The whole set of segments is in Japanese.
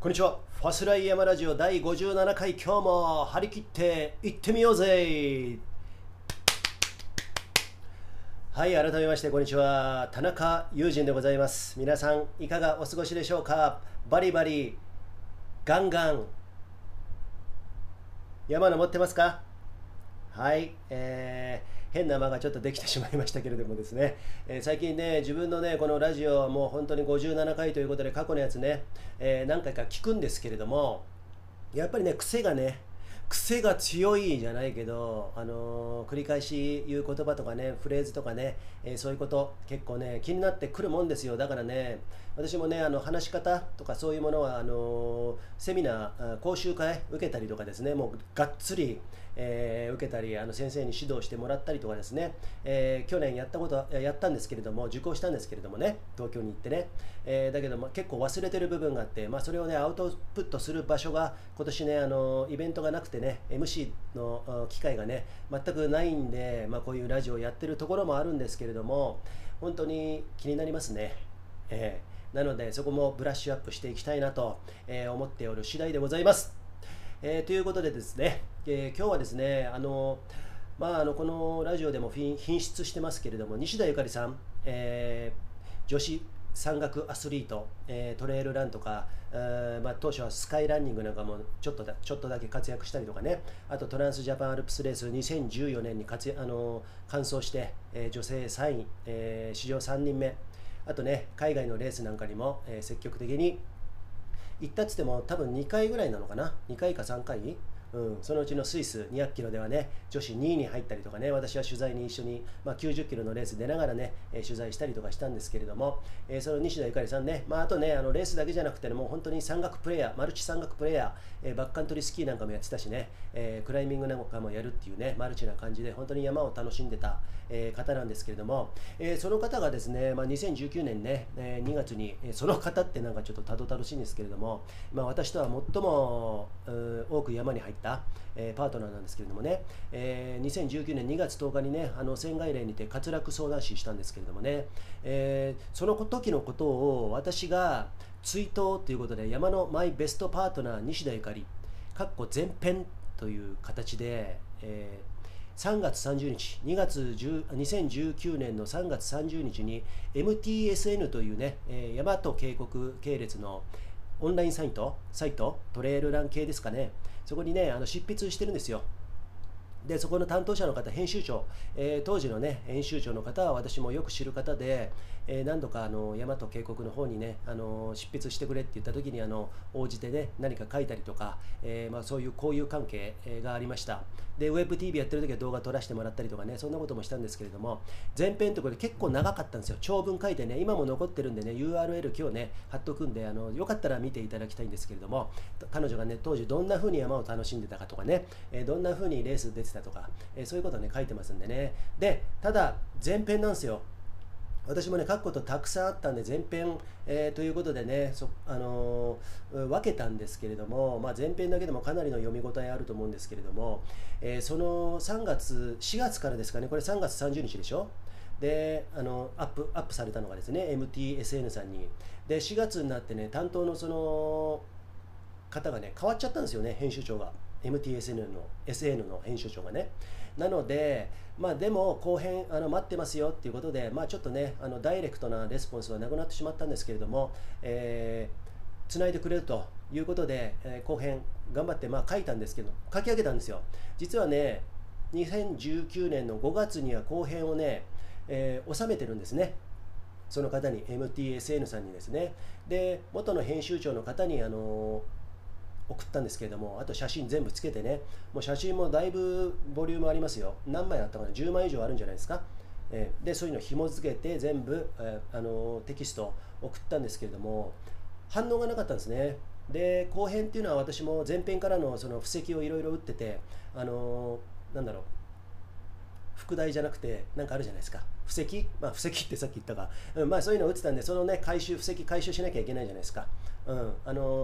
こんにちは。ファスライヤマラジオ第57回、今日も張り切っていってみようぜ。はい、改めましてこんにちは。田中友人でございます。皆さんいかがお過ごしでしょうか。バリバリガンガン山登ってますか？はい、変な間がちょっとできてしまいましたけれどもですね、最近ね、自分のね、このラジオはもう本当に57回ということで、過去のやつね、何回か聞くんですけれども、やっぱりね、癖が強いじゃないけど、繰り返し言う言葉とかね、フレーズとかね、そういうこと結構ね気になってくるもんですよ。だからね、私もね、話し方とかそういうものはセミナー講習会受けたりとかですね、もうがっつり、受けたり、先生に指導してもらったりとかですね、去年やったんですけれども、受講したんですけれどもね、東京に行ってね、だけども結構忘れてる部分があって、それをねアウトプットする場所が今年ね、イベントがなくてね、 MC の機会がね全くないんで、こういうラジオをやってるところもあるんですけれども、本当に気になりますね。なのでそこもブラッシュアップしていきたいなと、思っておる次第でございます。ということでですね、今日はですね、このラジオでも品質してますけれども、西田ゆかりさん、女子山岳アスリート、トレイルランとか、当初はスカイランニングなんかもちょっとだけ活躍したりとかね、あとトランスジャパンアルプスレース2014年に完走して、女性3位、史上3人目、あとね海外のレースなんかにも、積極的に行ったっつっても多分2回ぐらいなのかな、2回か3回、そのうちのスイス200キロではね女子2位に入ったりとかね、私は取材に一緒に、90キロのレース出ながらね、取材したりとかしたんですけれども、その西田ゆかりさんね、あとねレースだけじゃなくて、ね、もう本当に山岳プレイヤー、マルチ山岳プレイヤー、バックカントリースキーなんかもやってたしね、クライミングなんかもやるっていうね、マルチな感じで本当に山を楽しんでた、方なんですけれども、その方がですね、2019年ね、2月に、その方ってなんかちょっとたどたどしいんですけれども、私とは最も多く山に入った、パートナーなんですけれどもね、2019年2月10日にね、仙外霊にて滑落相談死したんですけれどもね、その時のことを私が追悼ということで、山のマイベストパートナー西田ゆかり前編という形で、3月30日、2019年の3月30日に MTSN というね、大和渓谷系列のオンラインサイト、トレイルラン系ですかね、そこにね執筆してるんですよ。でそこの担当者の方、編集長、当時のね編集長の方は私もよく知る方で、何度か大和渓谷の方にね執筆してくれって言った時に応じてね何か書いたりとか、そういう交友関係がありました。でウェブ TV やってる時は動画撮らせてもらったりとかね、そんなこともしたんですけれども、前編ところで結構長かったんですよ。長文書いてね、今も残ってるんでね URL 今日ね貼っとくんで、よかったら見ていただきたいんですけれども、彼女がね当時どんな風に山を楽しんでたかとかね、どんな風にレース出てたとか、そういうことをね書いてますんでね。でただ前編なんですよ。私もね書くことたくさんあったんで前編、ということでね分けたんですけれども、前編だけでもかなりの読み応えあると思うんですけれども、その4月からですかね、これ3月30日でしょ。でアップされたのがですね MTSN さんに。で4月になってね、担当のその方がね変わっちゃったんですよね、編集長が。 SN の編集長がね。なのででも後編待ってますよっていうことで、ちょっとねダイレクトなレスポンスはなくなってしまったんですけれども、つないでくれるということで、後編頑張って書いたんですけど、書き上げたんですよ。実はね2019年の5月には後編をね、収めてるんですね、その方に、 MTSN さんにですね。で元の編集長の方に送ったんですけれども、あと写真全部つけてね、もう写真もだいぶボリュームありますよ。何枚あったかな、10枚以上あるんじゃないですか。でそういうのを紐付けて全部、テキストを送ったんですけれども、反応がなかったんですね。で後編っていうのは私も前編からのその布石をいろいろ打ってて、なんだろう、副題じゃなくてなんかあるじゃないですか、布石、布石ってさっき言ったか、そういうのを打ってたんで、そのね布石回収しなきゃいけないじゃないですか。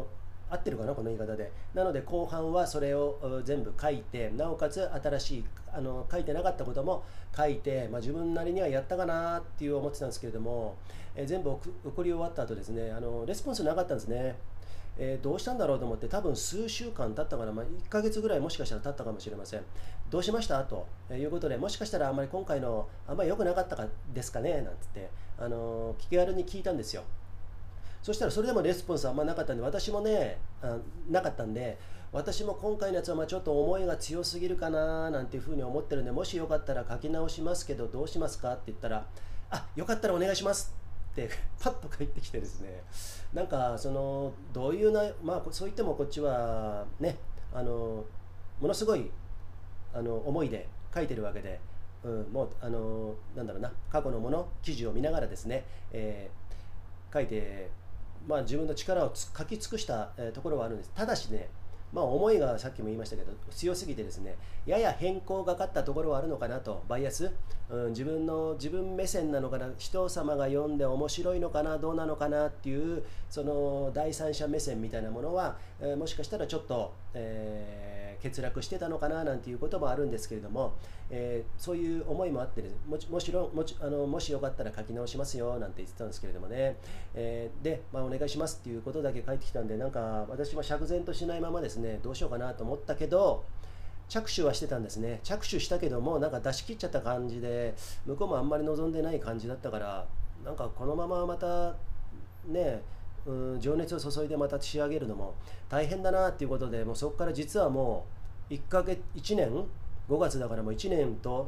合ってるかなこの言い方で。なので後半はそれを全部書いて、なおかつ新しい書いてなかったことも書いて、自分なりにはやったかなっていう思ってたんですけれども、全部送り終わった後ですね、レスポンスなかったんですね。どうしたんだろうと思って、多分数週間経ったかな、1ヶ月ぐらいもしかしたら経ったかもしれません。どうしましたということで、もしかしたらあんまり今回のあんまり良くなかったかですかねなんつって、気軽に聞いたんですよ。そしたらそれでもレスポンスあんまなかったんで、私もね、なかったんで、私も今回のやつはちょっと思いが強すぎるかななんていうふうに思ってるんで、もしよかったら書き直しますけどどうしますかって言ったら、よかったらお願いしますってパッと返ってきてですね、なんかどういうそう言ってもこっちはね、ものすごい思いで書いてるわけで、もうなんだろうな、過去のもの記事を見ながらですね、書いて、自分の力を書き尽くした、ところはあるんです。ただしね、思いがさっきも言いましたけど強すぎてですね、やや変更がかったところはあるのかなと。バイアス、自分目線なのかな、人様が読んで面白いのかな、どうなのかなっていうその第三者目線みたいなものは、もしかしたらちょっと、欠落してたのかななんていうこともあるんですけれども、そういう思いもあって、ね、もしよかったら書き直しますよなんて言ってたんですけれどもね、で、お願いしますっていうことだけ書いてきたんで、なんか私は釈然としないままですね、どうしようかなと思ったけど、着手はしてたんですね。着手したけども、なんか出し切っちゃった感じで、向こうもあんまり望んでない感じだったから、なんかこのまままたね、情熱を注いでまた仕上げるのも大変だなっていうことで、もうそこから実はもう1年、5月だからもう1年と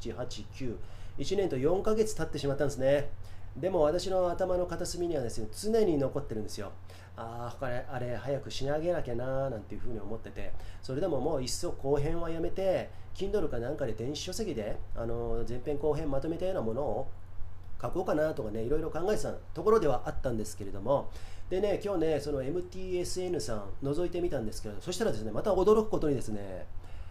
6、7、8、9、1年と4ヶ月経ってしまったんですね。でも私の頭の片隅にはですね、常に残ってるんですよ。あれ早く仕上げなきゃなーなんていうふうに思ってて、それでももういっそ後編はやめて Kindle かなんかで電子書籍で前編後編まとめたようなものを書こうかなとかね、いろいろ考えてたところではあったんですけれども、でね、今日ね、その MTSN さん覗いてみたんですけど、そしたらですね、また驚くことにですね、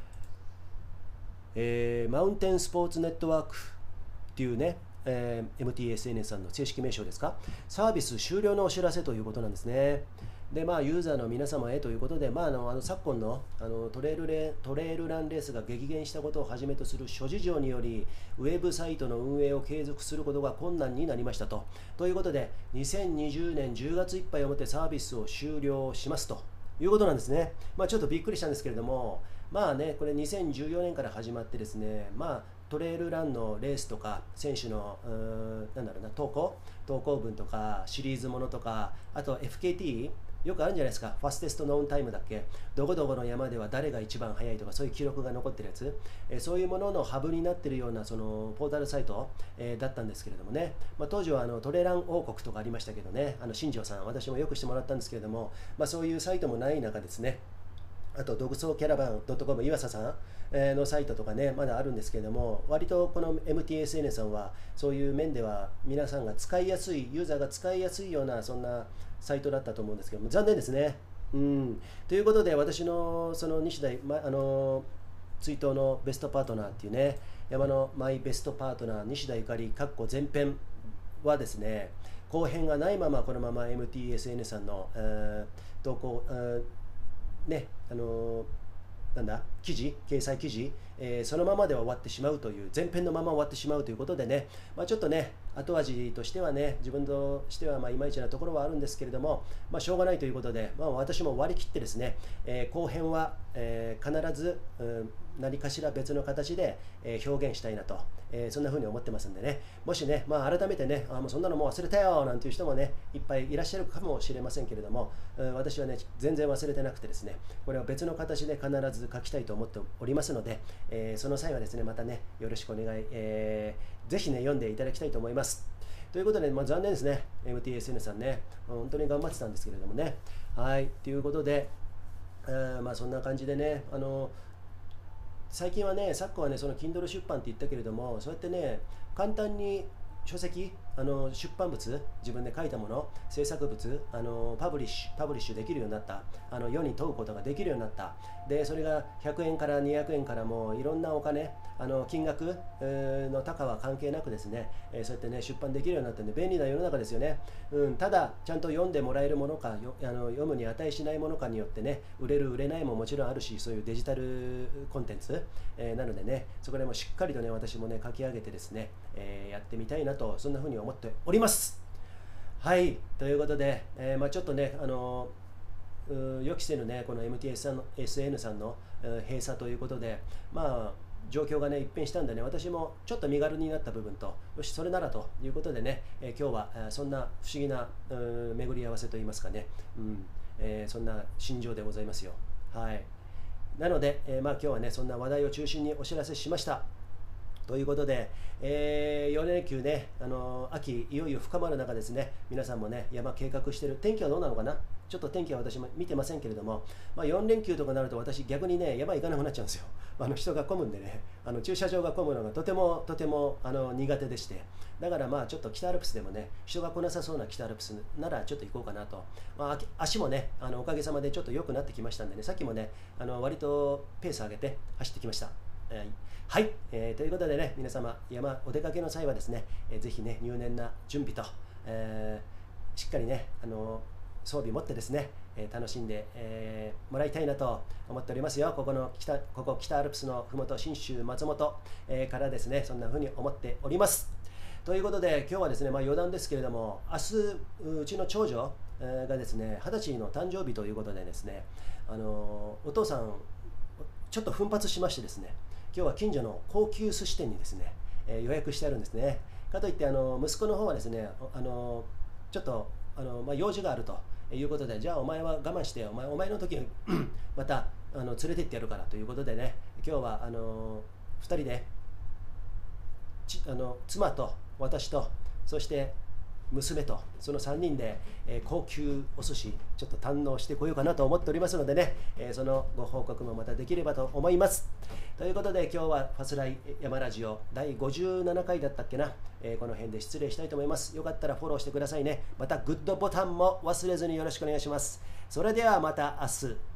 マウンテンスポーツネットワークっていうね、MTSN さんの正式名称ですか、サービス終了のお知らせということなんですね。で、ユーザーの皆様へということで、昨今の、トレイルランレースが激減したことをはじめとする諸事情により、ウェブサイトの運営を継続することが困難になりましたと。ということで、2020年10月いっぱいをもってサービスを終了しますということなんですね。ちょっとびっくりしたんですけれども、これ2014年から始まってですね、トレイルランのレースとか選手の投稿文とかシリーズものとか、あと FKT よくあるんじゃないですか、ファステストノーンタイムだっけ、どこどこの山では誰が一番速いとか、そういう記録が残ってるやつ、そういうもののハブになっているようなそのポータルサイト、だったんですけれどもね、当時はトレラン王国とかありましたけどね、新庄さん、私もよくしてもらったんですけれども、そういうサイトもない中ですね、あと独創キャラバン .com 岩佐さんのサイトとかね、まだあるんですけれども、割とこの MTSN さんはそういう面では皆さんが使いやすい、ユーザーが使いやすいようなそんなサイトだったと思うんですけども、残念ですね。ということで、私のその西大、追悼のベストパートナーっていうね、山のマイベストパートナー西田ゆかり前編はですね、後編がないままこのまま MTSN さんの、投稿、ね、掲載記事、そのままでは終わってしまうという、前編のまま終わってしまうということでね、ちょっとね、後味としてはね、自分としてはいまいちなところはあるんですけれども、しょうがないということで、私も割り切ってですね、後編は、必ず、何かしら別の形で、表現したいなと、そんな風に思ってますんでね、もしね、改めてね、もうそんなのもう忘れたよなんていう人もね、いっぱいいらっしゃるかもしれませんけれども、私はね、全然忘れてなくてですね、これは別の形で必ず書きたいと思っておりますので、その際はですね、またね、よろしくお願い、ぜひね、読んでいただきたいと思います。ということで、残念ですね、MTSN さんね、本当に頑張ってたんですけれどもね。はい、ということで、そんな感じでね、最近はね、昨今はね、その Kindle 出版って言ったけれども、そうやってね、簡単に書籍、 出版物、自分で書いたもの、制作物、パブリッシュできるようになった、世に問うことができるようになった。でそれが100円から200円からもいろんなお金、金額の高は関係なくですね、そうやってね出版できるようになってんで便利な世の中ですよね。ただちゃんと読んでもらえるものか読むに値しないものかによってね、売れる売れないももちろんあるし、そういうデジタルコンテンツ、なのでね、そこでもしっかりとね私もね書き上げてですね、やってみたいなと、そんな風に思っております。はい、ということで、ちょっとね予期せぬねこの MTSN さんの閉鎖ということで、状況がね一変したんでね、私もちょっと身軽になった部分と、よしそれならということでね、今日はそんな不思議な巡り合わせといいますかね、そんな心情でございますよ。はい、なので、今日はねそんな話題を中心にお知らせしました。ということで、4連休ね、秋いよいよ深まる中ですね、皆さんもね山計画してる。天気はどうなのかな、ちょっと天気は私も見てませんけれども、4連休とかになると私逆にね山行かなくなっちゃうんですよ。人が混むんでね、駐車場が混むのがとても苦手でして、だからちょっと北アルプスでもね、人が来なさそうな北アルプスならちょっと行こうかなと。足もねおかげさまでちょっと良くなってきましたんでね、さっきもね割とペース上げて走ってきました。はい、ということでね、皆様山お出かけの際はですね、ぜひね入念な準備と、しっかりね装備持ってですね、楽しんで、もらいたいなと思っておりますよ。ここ北アルプスのふもと信州松本、からですね、そんな風に思っております。ということで今日はですね、余談ですけれども、明日うちの長女がですね20歳の誕生日ということでですね、お父さんちょっと奮発しましてですね、今日は近所の高級寿司店にですね、予約してあるんですね。かといって息子の方はですね、ちょっと用事があるということで、じゃあお前は我慢してお前の時にまた連れてってやるからということでね、今日は2人で妻と私とそして娘とその3人で、高級お寿司ちょっと堪能してこようかなと思っておりますのでね、そのご報告もまたできればと思います。ということで今日はファスライ山ラジオ第57回だったっけな、この辺で失礼したいと思います。よかったらフォローしてくださいね。またグッドボタンも忘れずによろしくお願いします。それではまた明日。